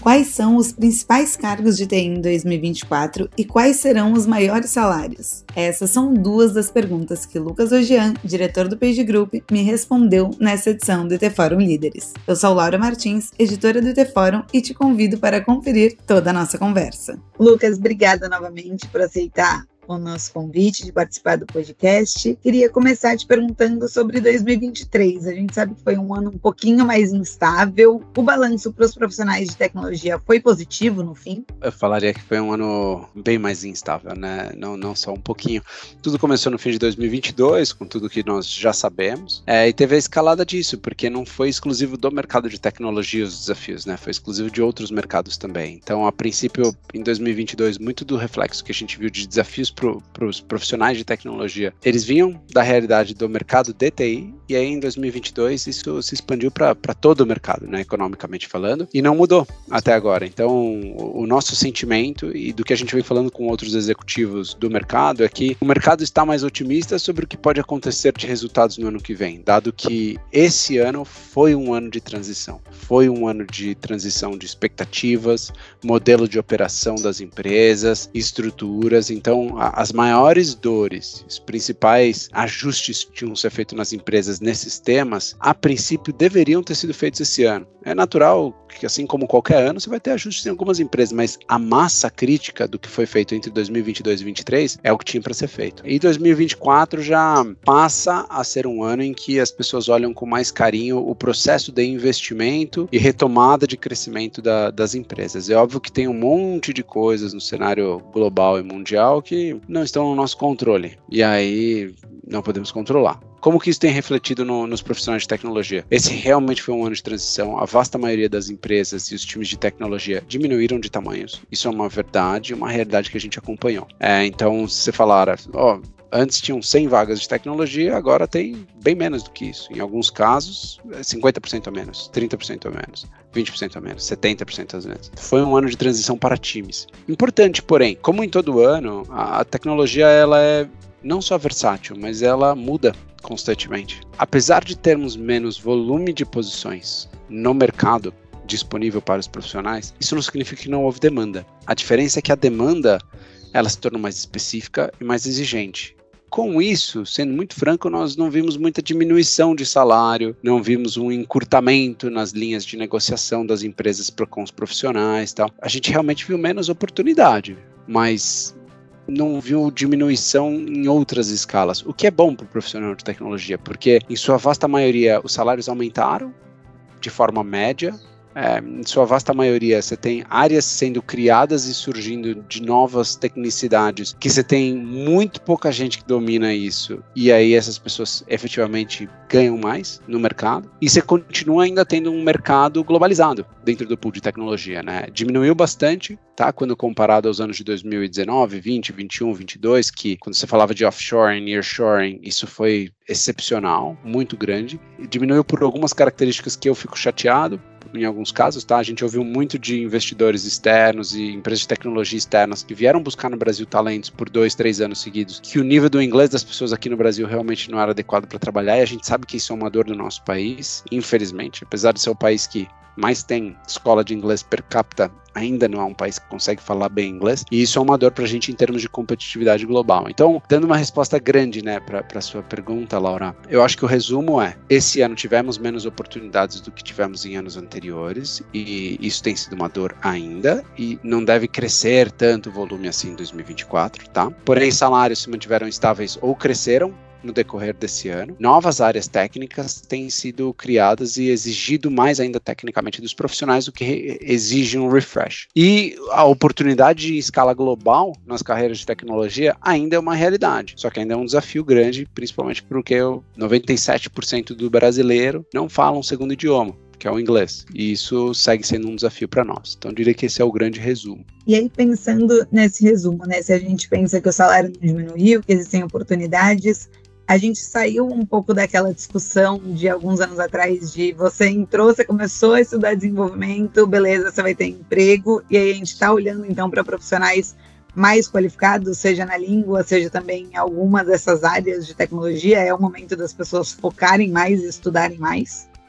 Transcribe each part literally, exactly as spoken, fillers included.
Quais são os principais cargos de T I em dois mil e vinte e quatro e quais serão os maiores salários? Essas são duas das perguntas que Lucas Ogian, diretor do PageGroup, me respondeu nessa edição do I T Fórum Líderes. Eu sou Laura Martins, editora do I T Fórum, e te convido para conferir toda a nossa conversa. Lucas, obrigada novamente por aceitar o nosso convite de participar do podcast. Queria começar te perguntando sobre dois mil e vinte e três. A gente sabe que foi um ano um pouquinho mais instável. O balanço para os profissionais de tecnologia foi positivo no fim? Eu falaria que foi um ano bem mais instável, né? Não, não só um pouquinho. Tudo começou no fim de dois mil e vinte e dois, com tudo que nós já sabemos, é, e teve a escalada disso, porque não foi exclusivo do mercado de tecnologia os desafios, né? Foi exclusivo de outros mercados também. Então, a princípio, em dois mil e vinte e dois, muito do reflexo que a gente viu de desafios para os profissionais de tecnologia, eles vinham da realidade do mercado de T I, e aí em dois mil e vinte e dois isso se expandiu para todo o mercado, né, economicamente falando, e não mudou até agora. Então, o, o nosso sentimento, e do que a gente vem falando com outros executivos do mercado, é que o mercado está mais otimista sobre o que pode acontecer de resultados no ano que vem, dado que esse ano foi um ano de transição, foi um ano de transição de expectativas, modelo de operação das empresas, estruturas. Então, a, as maiores dores, os principais ajustes que tinham que ser feitos nas empresas nesses temas, a princípio deveriam ter sido feitos esse ano. É natural que, assim como qualquer ano, você vai ter ajustes em algumas empresas, mas a massa crítica do que foi feito entre dois mil e vinte e dois e dois mil e vinte e três é o que tinha para ser feito. E dois mil e vinte e quatro já passa a ser um ano em que as pessoas olham com mais carinho o processo de investimento e retomada de crescimento da, das empresas. É óbvio que tem um monte de coisas no cenário global e mundial que não estão no nosso controle, e aí não podemos controlar. Como que isso tem refletido no, nos profissionais de tecnologia? Esse realmente foi um ano de transição. A vasta maioria das empresas e os times de tecnologia diminuíram de tamanhos. Isso é uma verdade, uma realidade que a gente acompanhou. É, então, se você falar, ó, antes tinham cem vagas de tecnologia, agora tem bem menos do que isso. Em alguns casos, cinquenta por cento a menos, trinta por cento a menos, vinte por cento a menos, setenta por cento a menos. Foi um ano de transição para times. Importante, porém, como em todo ano, a tecnologia ela é não só versátil, mas ela muda constantemente. Apesar de termos menos volume de posições no mercado disponível para os profissionais, isso não significa que não houve demanda. A diferença é que a demanda ela se tornou mais específica e mais exigente. Com isso, sendo muito franco, nós não vimos muita diminuição de salário, não vimos um encurtamento nas linhas de negociação das empresas com os profissionais, tal. A gente realmente viu menos oportunidade, mas não viu diminuição em outras escalas, o que é bom para o profissional de tecnologia, porque em sua vasta maioria os salários aumentaram de forma média. É, em sua vasta maioria você tem áreas sendo criadas e surgindo de novas tecnicidades que você tem muito pouca gente que domina isso, e aí essas pessoas efetivamente ganham mais no mercado, e você continua ainda tendo um mercado globalizado dentro do pool de tecnologia, né? Diminuiu bastante, tá? Quando comparado aos anos de dois mil e dezenove, vinte, vinte e um, vinte e dois, que quando você falava de offshoring, nearshoring, isso foi excepcional, muito grande. Diminuiu por algumas características que eu fico chateado, em alguns casos, tá? A gente ouviu muito de investidores externos e empresas de tecnologia externas que vieram buscar no Brasil talentos por dois, três anos seguidos, que o nível do inglês das pessoas aqui no Brasil realmente não era adequado para trabalhar, e a gente sabe que isso é uma dor do nosso país, infelizmente, apesar de ser o país que mais tem escola de inglês per capita, ainda não é um país que consegue falar bem inglês, e isso é uma dor para a gente em termos de competitividade global. Então, dando uma resposta grande, né, para a sua pergunta, Laura, eu acho que o resumo é, esse ano tivemos menos oportunidades do que tivemos em anos anteriores, e isso tem sido uma dor ainda, e não deve crescer tanto o volume assim em dois mil e vinte e quatro, tá? Porém, salários se mantiveram estáveis ou cresceram no decorrer desse ano. Novas áreas técnicas têm sido criadas e exigido mais ainda tecnicamente dos profissionais, o que exige um refresh. E a oportunidade em escala global nas carreiras de tecnologia ainda é uma realidade, só que ainda é um desafio grande, principalmente porque noventa e sete por cento do brasileiro não fala um segundo idioma, que é o inglês, e isso segue sendo um desafio para nós. Então, eu diria que esse é o grande resumo. E aí, pensando nesse resumo, né, se a gente pensa que o salário não diminuiu, que existem oportunidades, a gente saiu um pouco daquela discussão de alguns anos atrás de você entrou, você começou a estudar desenvolvimento, beleza, você vai ter emprego, e aí a gente está olhando então para profissionais mais qualificados, seja na língua, seja também em alguma dessas áreas de tecnologia. É o momento das pessoas focarem mais e estudarem mais?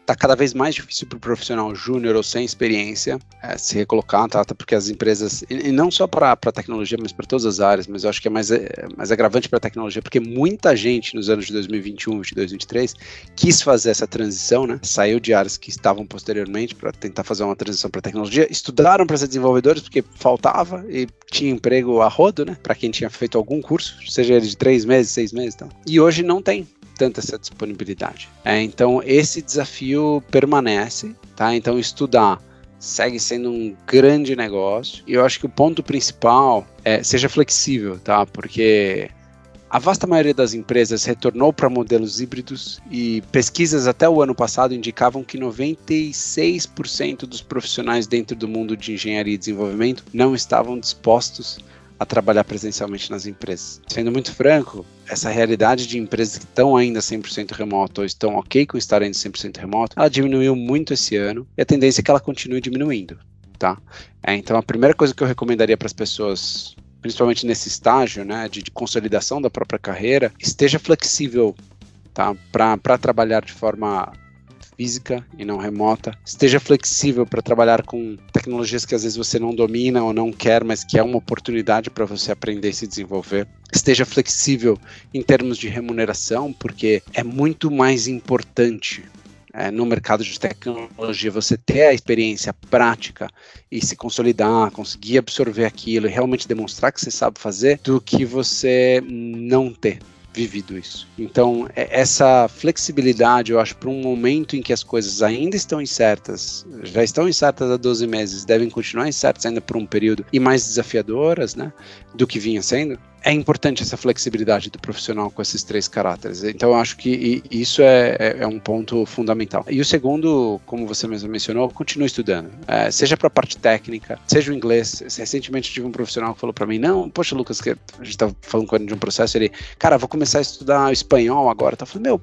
Está cada vez mais difícil para o profissional júnior ou sem experiência é, se recolocar, tá? Porque as empresas, e, e não só para a tecnologia, mas para todas as áreas, mas eu acho que é mais, é, mais agravante para a tecnologia, porque muita gente nos anos de dois mil e vinte e um, vinte e dois, vinte e três quis fazer essa transição, né? Saiu de áreas que estavam posteriormente para tentar fazer uma transição para a tecnologia, estudaram para ser desenvolvedores porque faltava e tinha emprego a rodo, né? Para quem tinha feito algum curso, seja ele de três meses, seis meses e tal. E hoje não tem tanta essa disponibilidade. É, então, esse desafio permanece, tá? Então, estudar segue sendo um grande negócio. E eu acho que o ponto principal é seja flexível, tá? Porque a vasta maioria das empresas retornou para modelos híbridos e pesquisas até o ano passado indicavam que noventa e seis por cento dos profissionais dentro do mundo de engenharia e desenvolvimento não estavam dispostos a trabalhar presencialmente nas empresas. Sendo muito franco, essa realidade de empresas que estão ainda cem por cento remoto ou estão ok com estar ainda cem por cento remoto, ela diminuiu muito esse ano e a tendência é que ela continue diminuindo, tá? É, então a primeira coisa que eu recomendaria para as pessoas, principalmente nesse estágio, né, de, de consolidação da própria carreira, esteja flexível, tá? Para trabalhar de forma física e não remota, esteja flexível para trabalhar com tecnologias que às vezes você não domina ou não quer, mas que é uma oportunidade para você aprender e se desenvolver. Esteja flexível em termos de remuneração, porque é muito mais importante é, no mercado de tecnologia você ter a experiência prática e se consolidar, conseguir absorver aquilo e realmente demonstrar que você sabe fazer, do que você não ter vivido isso. Então, essa flexibilidade, eu acho, para um momento em que as coisas ainda estão incertas, já estão incertas há doze meses, devem continuar incertas ainda por um período e mais desafiadoras, né, do que vinha sendo, é importante essa flexibilidade do profissional com esses três caráteres. Então, eu acho que isso é, é, é um ponto fundamental. E o segundo, como você mesmo mencionou, continue estudando. É, seja para a parte técnica, seja o inglês. Recentemente tive um profissional que falou para mim, não, poxa, Lucas, que a gente estava falando com ele de um processo, ele, cara, vou começar a estudar espanhol agora. Eu falei, meu,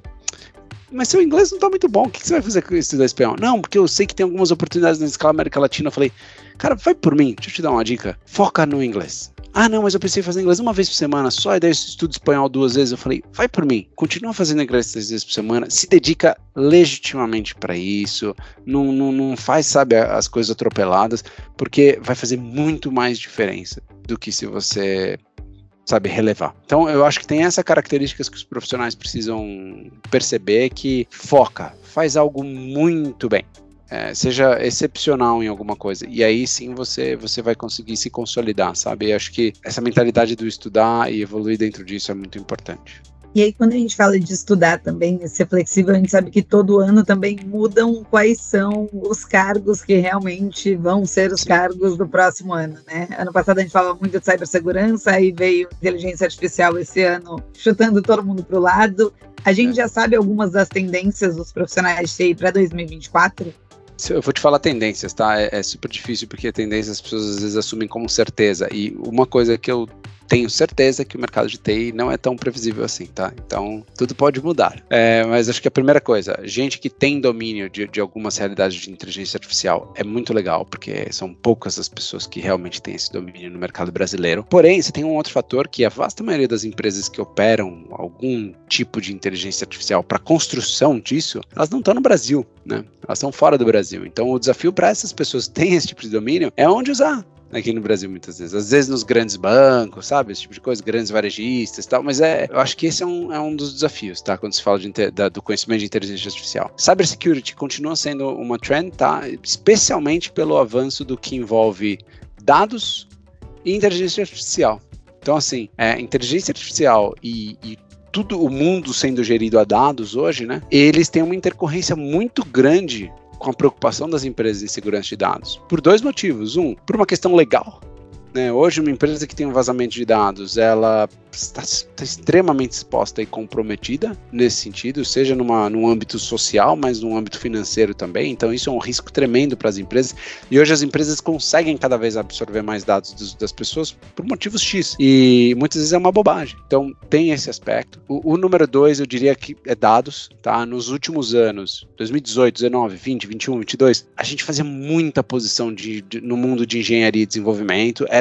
mas seu inglês não está muito bom, o que você vai fazer com estudar espanhol? Não, porque eu sei que tem algumas oportunidades na escala América Latina. Eu falei, cara, vai por mim, deixa eu te dar uma dica, foca no inglês. Ah, não, mas eu pensei em fazer inglês uma vez por semana só, e daí eu estudo espanhol duas vezes. Eu falei, vai por mim, continua fazendo inglês três vezes por semana, se dedica legitimamente para isso, não, não, não faz, sabe, as coisas atropeladas, porque vai fazer muito mais diferença do que se você, sabe, relevar. Então, eu acho que tem essa característica que os profissionais precisam perceber, que foca, faz algo muito bem. É, seja excepcional em alguma coisa, e aí sim você, você vai conseguir se consolidar, sabe? E acho que essa mentalidade do estudar e evoluir dentro disso é muito importante. E aí, quando a gente fala de estudar também, ser flexível, a gente sabe que todo ano também mudam quais são os cargos que realmente vão ser os cargos do próximo ano, né? Ano passado a gente falava muito de cibersegurança, aí veio inteligência artificial esse ano, chutando todo mundo para o lado. A gente é. já sabe algumas das tendências dos profissionais de T I para dois mil e vinte e quatro? Eu vou te falar tendências, tá? É, é super difícil porque tendências as pessoas às vezes assumem como certeza. E uma coisa que eu tenho certeza é que o mercado de T I não é tão previsível assim, tá? Então, tudo pode mudar. É, mas acho que a primeira coisa, gente que tem domínio de, de algumas realidades de inteligência artificial é muito legal, porque são poucas as pessoas que realmente têm esse domínio no mercado brasileiro. Porém, você tem um outro fator que a vasta maioria das empresas que operam algum tipo de inteligência artificial para construção disso, elas não estão no Brasil, né? Elas estão fora do Brasil. Então, o desafio para essas pessoas que têm esse tipo de domínio é onde usar. Aqui no Brasil, muitas vezes. Às vezes nos grandes bancos, sabe? Esse tipo de coisa, grandes varejistas e tal. Mas é, eu acho que esse é um, é um dos desafios, tá? Quando se fala de, da, do conhecimento de inteligência artificial. Cybersecurity continua sendo uma trend, tá? Especialmente pelo avanço do que envolve dados e inteligência artificial. Então, assim, é, inteligência artificial e, e tudo o mundo sendo gerido a dados hoje, né? Eles têm uma intercorrência muito grande com a preocupação das empresas em segurança de dados, por dois motivos. Um, por uma questão legal, né? Hoje, uma empresa que tem um vazamento de dados, ela está, está extremamente exposta e comprometida nesse sentido, seja numa, num âmbito social, mas num âmbito financeiro também. Então, isso é um risco tremendo para as empresas. E hoje as empresas conseguem cada vez absorver mais dados dos, das pessoas por motivos X. E muitas vezes é uma bobagem. Então, tem esse aspecto. O, o número dois, eu diria que é dados, tá? Nos últimos anos, dois mil e dezoito, dezenove, vinte, vinte e um, vinte e dois, a gente fazia muita posição de, de, no mundo de engenharia e desenvolvimento. Era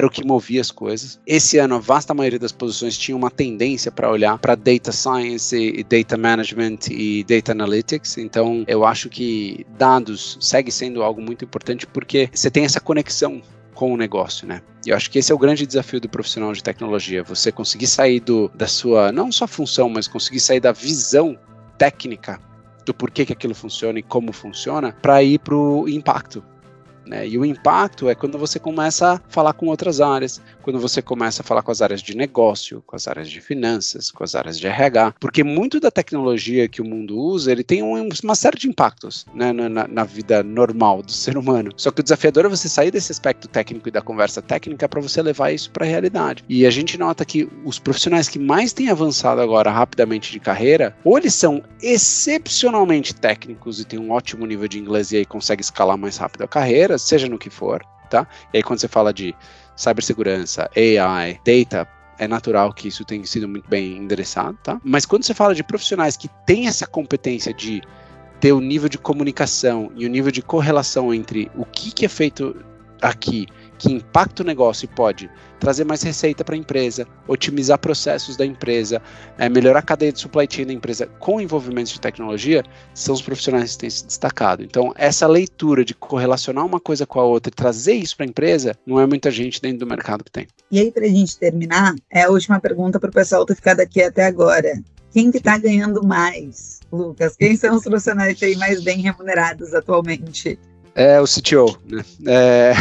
era o que movia as coisas. Esse ano, a vasta maioria das posições tinha uma tendência para olhar para Data Science e Data Management e Data Analytics, então eu acho que dados segue sendo algo muito importante porque você tem essa conexão com o negócio, né? E eu acho que esse é o grande desafio do profissional de tecnologia, você conseguir sair do, da sua, não só função, mas conseguir sair da visão técnica do porquê que aquilo funciona e como funciona, para ir para o impacto. Né? E o impacto é quando você começa a falar com outras áreas, quando você começa a falar com as áreas de negócio, com as áreas de finanças, com as áreas de R H, porque muito da tecnologia que o mundo usa, ele tem um, uma série de impactos, né, na, na vida normal do ser humano. Só que o desafiador é você sair desse aspecto técnico e da conversa técnica para você levar isso para a realidade. E a gente nota que os profissionais que mais têm avançado agora rapidamente de carreira, ou eles são excepcionalmente técnicos e têm um ótimo nível de inglês e aí conseguem escalar mais rápido a carreira, seja no que for, tá? E aí quando você fala de cibersegurança, A I, data, é natural que isso tenha sido muito bem endereçado, tá? Mas quando você fala de profissionais que têm essa competência de ter o nível de comunicação e o nível de correlação entre o que, que é feito aqui, que impacta o negócio e pode trazer mais receita para a empresa, otimizar processos da empresa, é, melhorar a cadeia de supply chain da empresa com envolvimento de tecnologia, são os profissionais que têm se destacado. Então, essa leitura de correlacionar uma coisa com a outra e trazer isso para a empresa, não é muita gente dentro do mercado que tem. E aí, para a gente terminar, é a última pergunta para o pessoal ter ficado aqui até agora. Quem que está ganhando mais, Lucas? Quem são os profissionais aí mais bem remunerados atualmente? É o C T O, né? É,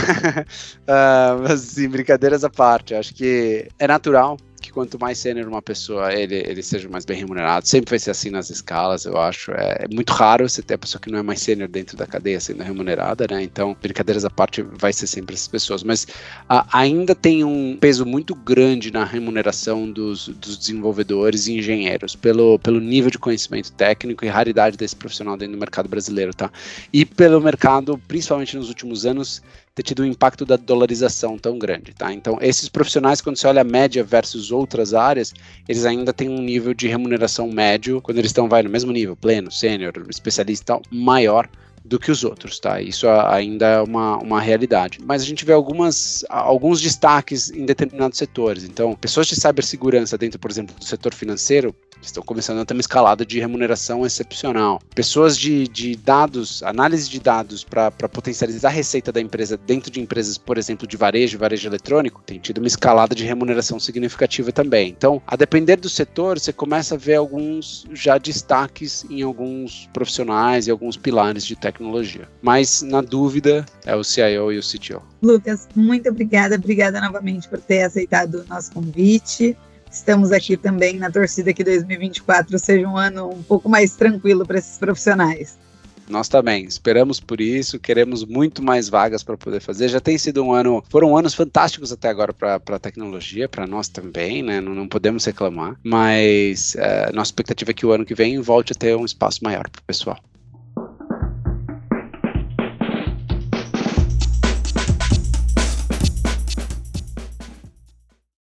uh, mas, assim, brincadeiras à parte, acho que é natural que quanto mais sênior uma pessoa, ele, ele seja mais bem remunerado. Sempre vai ser assim nas escalas, eu acho. É, é muito raro você ter a pessoa que não é mais sênior dentro da cadeia sendo remunerada, né? Então, brincadeiras à parte, vai ser sempre essas pessoas. Mas a, ainda tem um peso muito grande na remuneração dos, dos desenvolvedores e engenheiros, pelo, pelo nível de conhecimento técnico e raridade desse profissional dentro do mercado brasileiro, tá? E pelo mercado, principalmente nos últimos anos, ter tido um impacto da dolarização tão grande, tá? Então, esses profissionais, quando você olha a média versus outras áreas, eles ainda têm um nível de remuneração médio, quando eles estão, vai, no mesmo nível, pleno, sênior, especialista e tal, maior do que os outros, tá? Isso ainda é uma, uma realidade. Mas a gente vê algumas, alguns destaques em determinados setores. Então, pessoas de cibersegurança dentro, por exemplo, do setor financeiro, estão começando a ter uma escalada de remuneração excepcional. Pessoas de, de dados, análise de dados para potencializar a receita da empresa dentro de empresas, por exemplo, de varejo, varejo eletrônico, tem tido uma escalada de remuneração significativa também. Então, a depender do setor, você começa a ver alguns já destaques em alguns profissionais e alguns pilares de tecnologia. Mas, na dúvida, é o C I O e o C T O. Lucas, muito obrigada. Obrigada novamente por ter aceitado o nosso convite. Estamos aqui também na torcida que dois mil e vinte e quatro seja um ano um pouco mais tranquilo para esses profissionais. Nós também, esperamos por isso, queremos muito mais vagas para poder fazer. Já tem sido um ano, foram anos fantásticos até agora para a tecnologia, para nós também, né? Não, não podemos reclamar, mas é, nossa expectativa é que o ano que vem volte a ter um espaço maior para o pessoal.